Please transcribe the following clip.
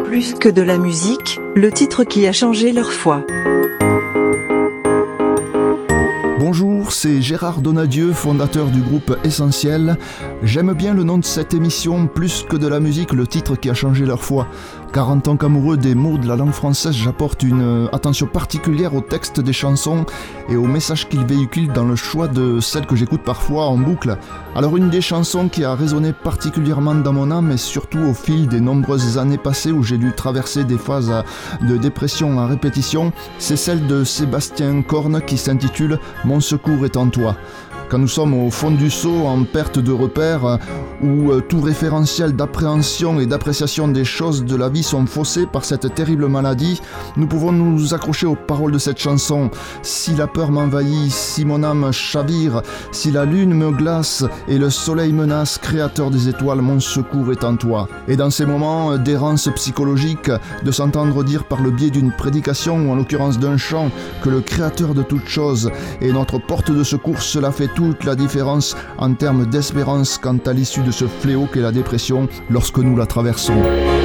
Plus que de la musique, le titre qui a changé leur foi. Bonjour, c'est Gérard Donadieu, fondateur du groupe Essentiel. J'aime bien le nom de cette émission, Plus que de la musique, le titre qui a changé leur foi. Car en tant qu'amoureux des mots de la langue française, j'apporte une attention particulière au texte des chansons et aux messages qu'ils véhiculent dans le choix de celles que j'écoute parfois en boucle. Alors une des chansons qui a résonné particulièrement dans mon âme et surtout au fil des nombreuses années passées où j'ai dû traverser des phases de dépression à répétition, c'est celle de Sébastien Corne qui s'intitule « Mon secours est en toi ». Quand nous sommes au fond du seau, en perte de repères, où tout référentiel d'appréhension et d'appréciation des choses de la vie sont faussés par cette terrible maladie, nous pouvons nous accrocher aux paroles de cette chanson. Si la peur m'envahit, si mon âme chavire, si la lune me glace et le soleil menace, créateur des étoiles, mon secours est en toi. Et dans ces moments d'errance psychologique, de s'entendre dire par le biais d'une prédication ou en l'occurrence d'un chant que le créateur de toutes choses est notre porte de secours, cela fait toute la différence en termes d'espérance quant à l'issue de ce fléau qu'est la dépression lorsque nous la traversons.